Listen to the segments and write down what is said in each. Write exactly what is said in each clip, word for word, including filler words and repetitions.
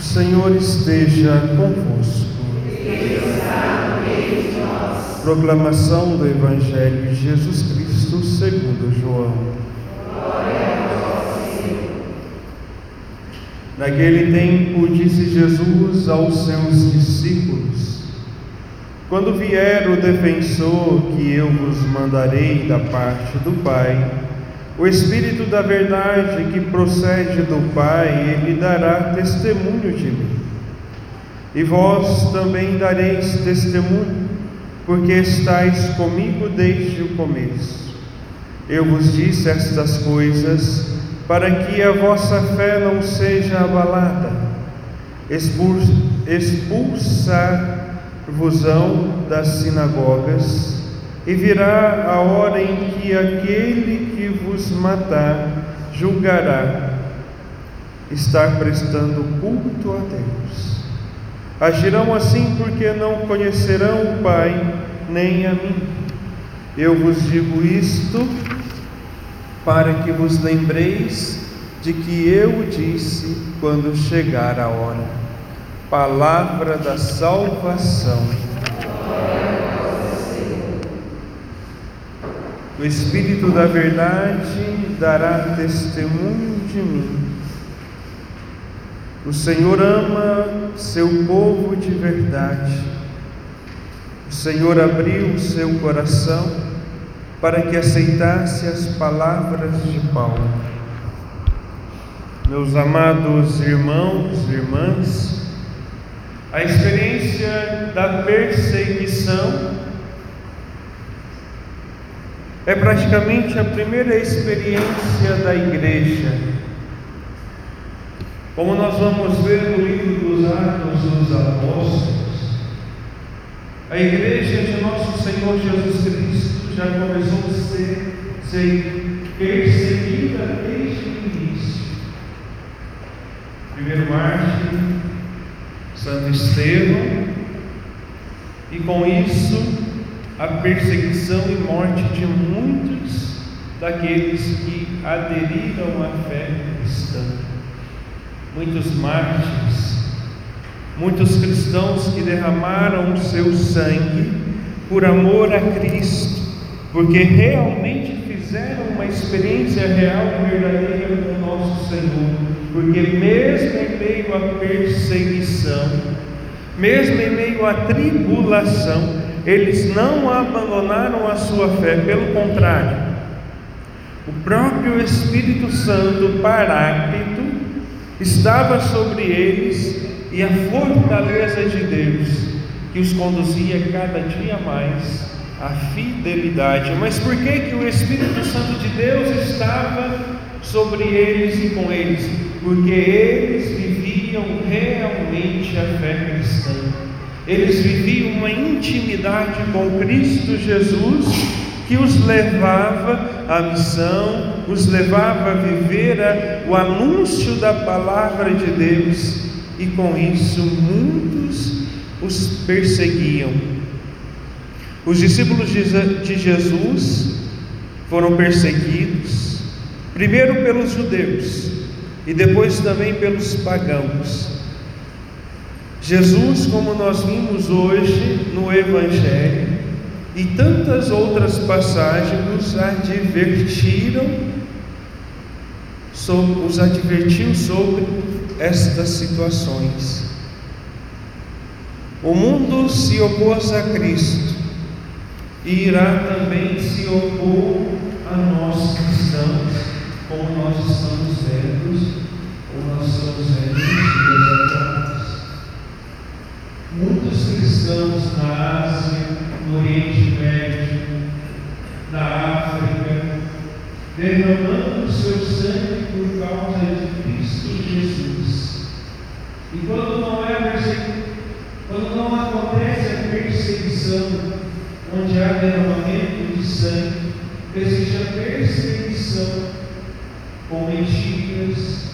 Senhor esteja convosco. Proclamação do Evangelho de Jesus Cristo segundo João. Naquele tempo disse Jesus aos seus discípulos: quando vier o defensor que eu vos mandarei da parte do Pai, o Espírito da verdade que procede do Pai, ele dará testemunho de mim. E vós também dareis testemunho, porque estáis comigo desde o começo. Eu vos disse estas coisas para que a vossa fé não seja abalada. Expulsar-vos-ão das sinagogas, e virá a hora em que aquele que vos matar julgará estar prestando culto a Deus. Agirão assim porque não conhecerão o Pai nem a mim. Eu vos digo isto para que vos lembreis de que eu disse quando chegar a hora. Palavra da salvação. O Espírito da verdade dará testemunho de mim. O Senhor ama seu povo de verdade. O Senhor abriu o seu coração para que aceitasse as palavras de Paulo. Meus amados irmãos e irmãs, a experiência da perseguição é praticamente a primeira experiência da igreja. Como nós vamos ver no livro dos Atos dos Apóstolos, a igreja de nosso Senhor Jesus Cristo já começou a ser, ser perseguida desde o início. Primeiro mártir, Santo Estevão, e com isso a perseguição e morte de muitos daqueles que aderiram à fé cristã. Muitos mártires, muitos cristãos que derramaram o seu sangue por amor a Cristo, porque realmente fizeram uma experiência real e verdadeira com o nosso Senhor, porque mesmo em meio à perseguição, mesmo em meio à tribulação, eles não abandonaram a sua fé, pelo contrário, o próprio Espírito Santo Paráclito estava sobre eles, e a fortaleza de Deus que os conduzia cada dia mais à fidelidade. Mas por que que o Espírito Santo de Deus estava sobre eles e com eles? Porque eles viviam realmente a fé cristã. Eles viviam uma intimidade com Cristo Jesus que os levava à missão, os levava a viver a, o anúncio da palavra de Deus, e com isso muitos os perseguiam. Os discípulos de Jesus foram perseguidos, primeiro pelos judeus e depois também pelos pagãos. Jesus, como nós vimos hoje no Evangelho, e tantas outras passagens, nos advertiram, sobre, os advertiu sobre estas situações. O mundo se opôs a Cristo e irá também se opor a nós cristãos, como nós estamos vendo, ou nós estamos vendo nos dias atuais. Muitos cristãos na Ásia, no Oriente Médio, na África, derramando o seu sangue por causa de Cristo Jesus. E quando não é perseguição, quando não acontece a perseguição, onde há derramamento de sangue, existe a perseguição com mentiras,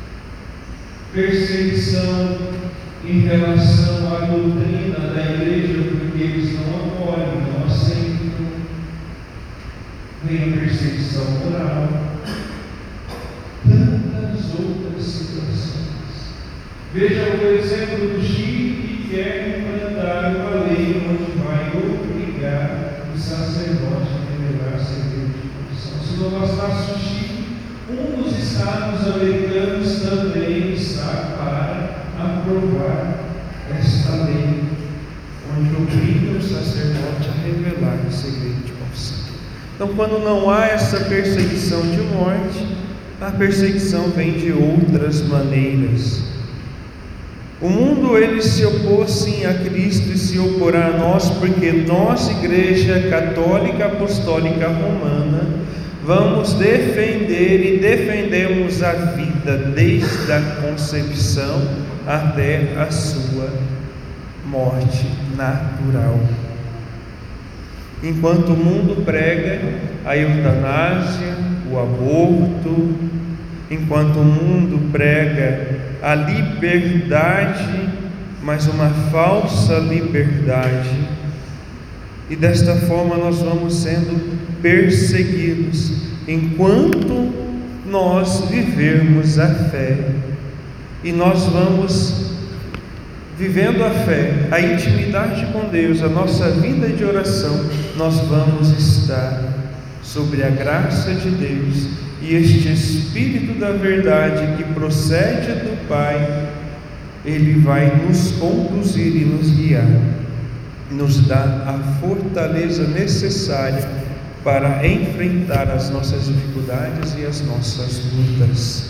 perseguição em relação à doutrina da igreja, porque eles não apoiam, não aceitam, vem a perseguição moral, tantas outras situações. Veja o exemplo do Chico, que quer implantar uma lei onde vai obrigar o sacerdote a revelar segredo de confissão. Se não bastasse o Chico, um dos estados americanos também está para aprovar esta lei, onde obriga o sacerdote a revelar o segredo de confissão. Então, quando não há essa perseguição de morte, a perseguição vem de outras maneiras. O mundo ele se opôs sim a Cristo e se oporá a nós, porque nós, Igreja Católica Apostólica Romana, vamos defender e defendemos a vida desde a concepção até a sua morte natural. Enquanto o mundo prega a eutanásia, o aborto, enquanto o mundo prega a liberdade, mas uma falsa liberdade, e desta forma nós vamos sendo perseguidos, enquanto nós vivermos a fé, e nós vamos vivendo a fé, a intimidade com Deus, a nossa vida de oração, nós vamos estar sobre a graça de Deus, e este Espírito da verdade que procede do Pai, ele vai nos conduzir e nos guiar, nos dar a fortaleza necessária para enfrentar as nossas dificuldades e as nossas lutas.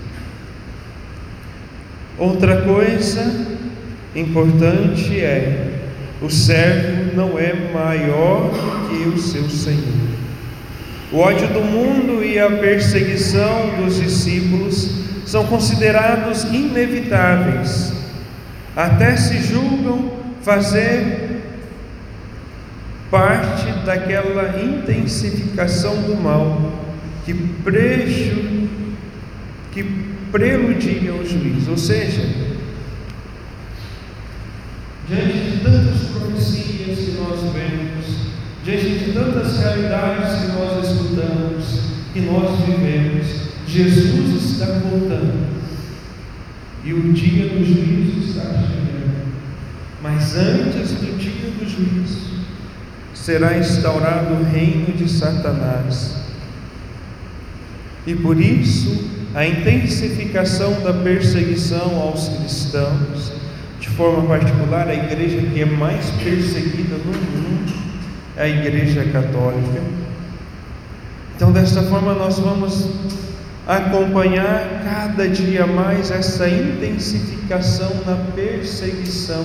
Outra coisa importante é: o servo não é maior que o seu Senhor. O ódio do mundo e a perseguição dos discípulos são considerados inevitáveis, até se julgam fazer parte daquela intensificação do mal que, preju... que preludia o juízo. Ou seja, diante de tantas profecias que nós vemos, diante de tantas realidades que nós escutamos, que nós vivemos, Jesus está voltando e o dia do juízo está chegando. Mas antes do dia do juízo será instaurado o reino de Satanás, e por isso a intensificação da perseguição aos cristãos, de forma particular a igreja que é mais perseguida no mundo é a Igreja Católica. Então, desta forma nós vamos acompanhar cada dia mais essa intensificação na perseguição,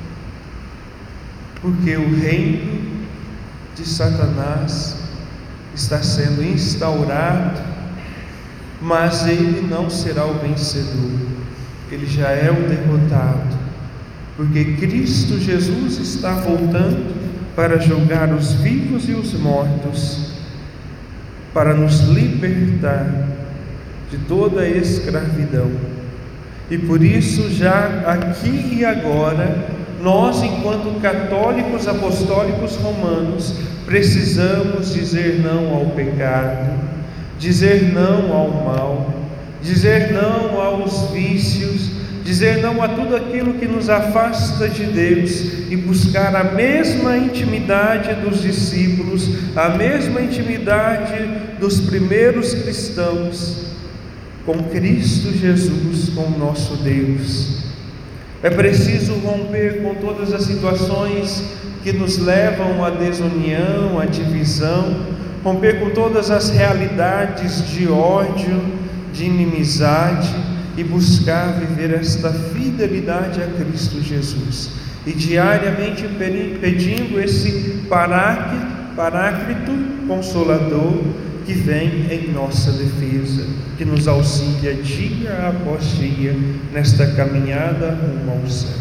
porque o reino de Satanás está sendo instaurado, mas ele não será o vencedor, ele já é o derrotado, porque Cristo Jesus está voltando para julgar os vivos e os mortos, para nos libertar de toda a escravidão. E por isso, já aqui e agora, nós, enquanto católicos apostólicos romanos, precisamos dizer não ao pecado, dizer não ao mal, dizer não aos vícios, dizer não a tudo aquilo que nos afasta de Deus e buscar a mesma intimidade dos discípulos, a mesma intimidade dos primeiros cristãos com Cristo Jesus, com o nosso Deus. É preciso romper com todas as situações que nos levam à desunião, à divisão, romper com todas as realidades de ódio, de inimizade, e buscar viver esta fidelidade a Cristo Jesus, e diariamente pedindo esse paráclito, paráclito consolador que vem em nossa defesa, que nos auxilia dia após dia nesta caminhada rumo ao céu.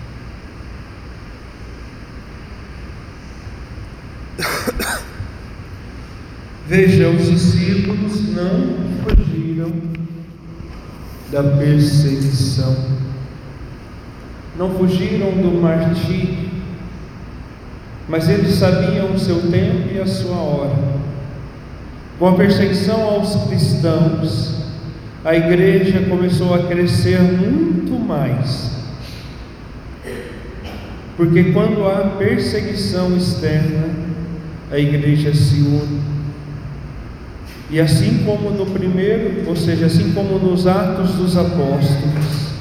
Veja, os discípulos não fugiram da perseguição, não fugiram do martírio, mas eles sabiam o seu tempo e a sua hora. Com a perseguição aos cristãos, a igreja começou a crescer muito mais. Porque quando há perseguição externa, a igreja se une. E assim como no primeiro, ou seja, assim como nos Atos dos Apóstolos,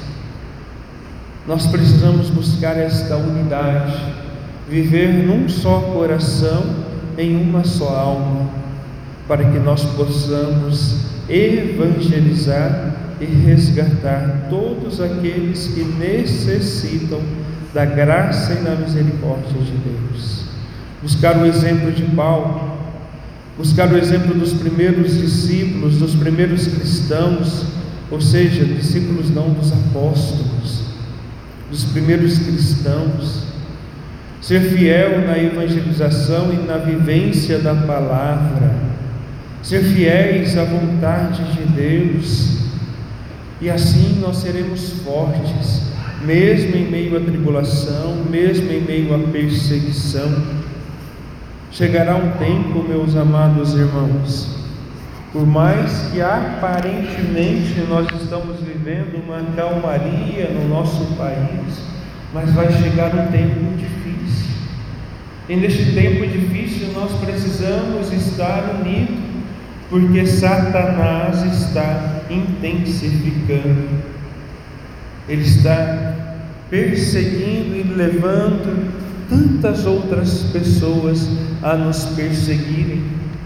nós precisamos buscar esta unidade, viver num só coração, em uma só alma, para que nós possamos evangelizar e resgatar todos aqueles que necessitam da graça e da misericórdia de Deus. Buscar o exemplo de Paulo, buscar o exemplo dos primeiros discípulos, dos primeiros cristãos, ou seja, discípulos não dos apóstolos, dos primeiros cristãos, ser fiel na evangelização e na vivência da palavra, ser fiéis à vontade de Deus, e assim nós seremos fortes, mesmo em meio à tribulação, mesmo em meio à perseguição. Chegará um tempo, meus amados irmãos, por mais que aparentemente nós estamos vivendo uma calmaria no nosso país, mas vai chegar um tempo difícil, e neste tempo difícil nós precisamos estar unidos, porque Satanás está intensificando, ele está perseguindo e levando tantas outras pessoas a nos perseguirem.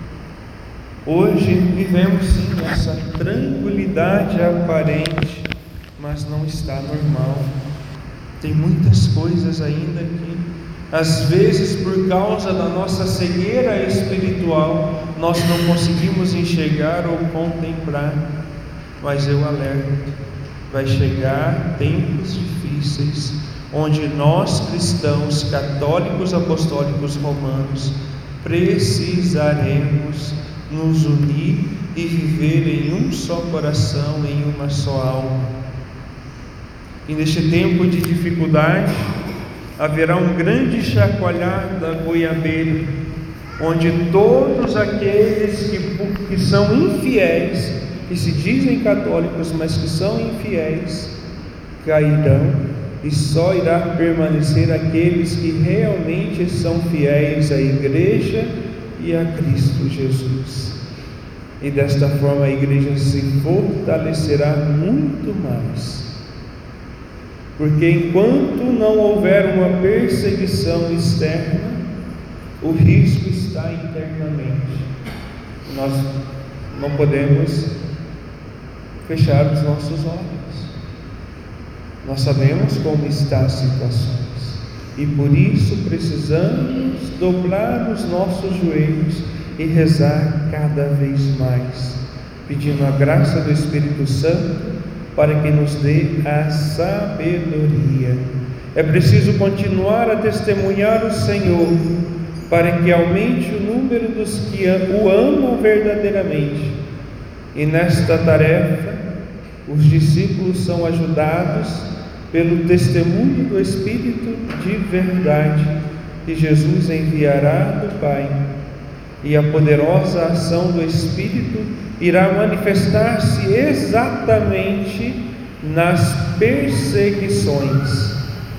Hoje vivemos sim essa tranquilidade aparente, mas não está normal. Tem muitas coisas ainda que, às vezes, por causa da nossa cegueira espiritual, nós não conseguimos enxergar ou contemplar. Mas eu alerto, vai chegar tempos difíceis, onde nós cristãos, católicos, apostólicos, romanos, precisaremos nos unir e viver em um só coração, em uma só alma. E neste tempo de dificuldade, haverá um grande chacoalhar da goiabeira, onde todos aqueles que, que são infiéis, que se dizem católicos, mas que são infiéis, cairão, e só irá permanecer aqueles que realmente são fiéis à igreja e a Cristo Jesus. E desta forma a igreja se fortalecerá muito mais. Porque enquanto não houver uma perseguição externa, o risco está internamente. Nós não podemos fechar os nossos olhos. Nós sabemos como estão as situações, e por isso precisamos dobrar os nossos joelhos e rezar cada vez mais, pedindo a graça do Espírito Santo para que nos dê a sabedoria. É preciso continuar a testemunhar o Senhor, para que aumente o número dos que o amam verdadeiramente. E nesta tarefa, os discípulos são ajudados pelo testemunho do Espírito de verdade que Jesus enviará do Pai, e a poderosa ação do Espírito irá manifestar-se exatamente nas perseguições.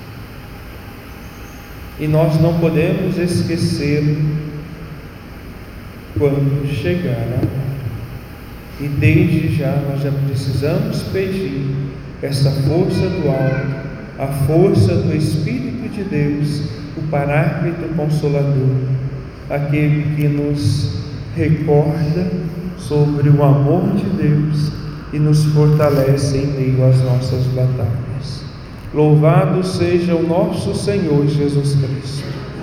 E nós não podemos esquecer quando chegar a hora. E desde já nós já precisamos pedir essa força do alto, a força do Espírito de Deus, o Paráclito Consolador, aquele que nos recorda sobre o amor de Deus e nos fortalece em meio às nossas batalhas. Louvado seja o nosso Senhor Jesus Cristo.